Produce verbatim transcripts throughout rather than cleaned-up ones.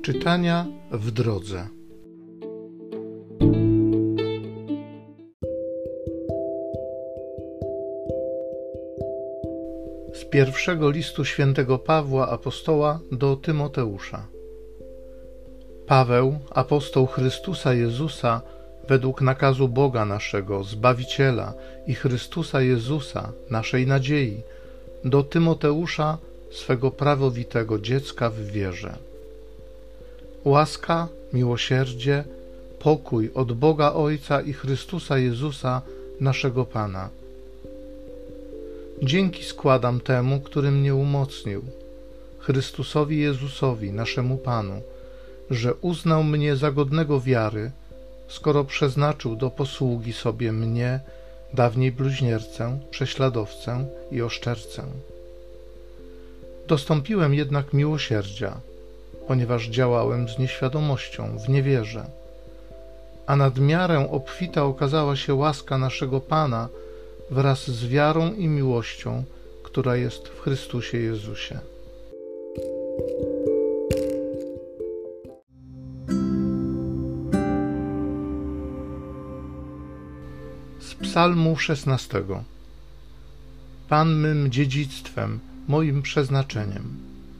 Czytania w drodze. Z pierwszego listu świętego Pawła apostoła do Tymoteusza. Paweł, apostoł Chrystusa Jezusa, według nakazu Boga naszego, Zbawiciela i Chrystusa Jezusa, naszej nadziei, do Tymoteusza, swego prawowitego dziecka w wierze. Łaska, miłosierdzie, pokój od Boga Ojca i Chrystusa Jezusa, naszego Pana. Dzięki składam temu, który mnie umocnił, Chrystusowi Jezusowi, naszemu Panu, że uznał mnie za godnego wiary, skoro przeznaczył do posługi sobie mnie, dawniej bluźniercę, prześladowcę i oszczercę. Dostąpiłem jednak miłosierdzia, ponieważ działałem z nieświadomością, w niewierze, a nad miarę obfita okazała się łaska naszego Pana wraz z wiarą i miłością, która jest w Chrystusie Jezusie. Z Psalmu szesnastego. Pan mym dziedzictwem, moim przeznaczeniem.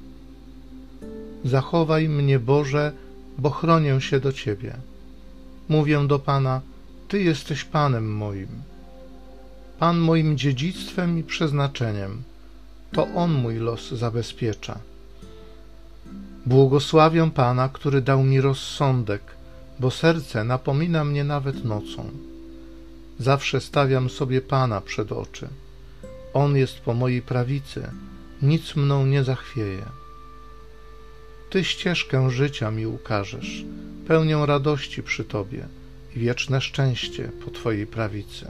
Zachowaj mnie, Boże, bo chronię się do Ciebie. Mówię do Pana, Ty jesteś Panem moim. Pan moim dziedzictwem i przeznaczeniem. To On mój los zabezpiecza. Błogosławię Pana, który dał mi rozsądek, bo serce napomina mnie nawet nocą. Zawsze stawiam sobie Pana przed oczy. On jest po mojej prawicy, nic mną nie zachwieje. Ty ścieżkę życia mi ukażesz, pełnię radości przy Tobie i wieczne szczęście po Twojej prawicy.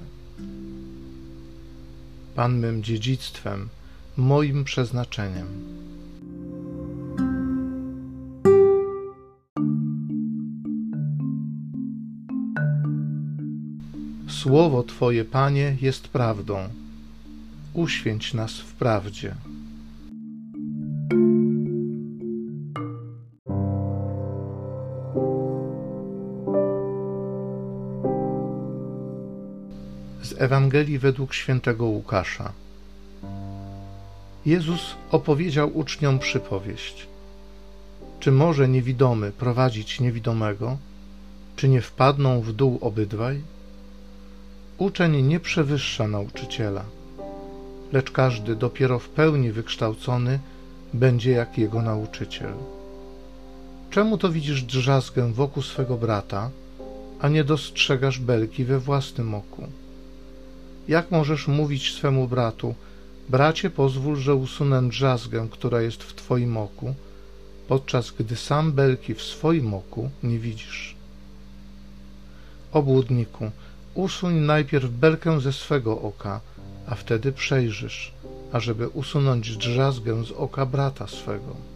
Pan mym dziedzictwem, moim przeznaczeniem. Słowo Twoje, Panie, jest prawdą. Uświęć nas w prawdzie. Z Ewangelii według świętego Łukasza. Jezus opowiedział uczniom przypowieść. Czy może niewidomy prowadzić niewidomego? Czy nie wpadną w dół obydwaj? Uczeń nie przewyższa nauczyciela, lecz każdy dopiero w pełni wykształcony będzie jak jego nauczyciel. Czemu to widzisz drzazgę wokół swego brata, a nie dostrzegasz belki we własnym oku? Jak możesz mówić swemu bratu, bracie, pozwól, że usunę drzazgę, która jest w twoim oku, podczas gdy sam belki w swoim oku nie widzisz? Obłudniku, usuń najpierw belkę ze swego oka, a wtedy przejrzysz, ażeby usunąć drzazgę z oka brata swego.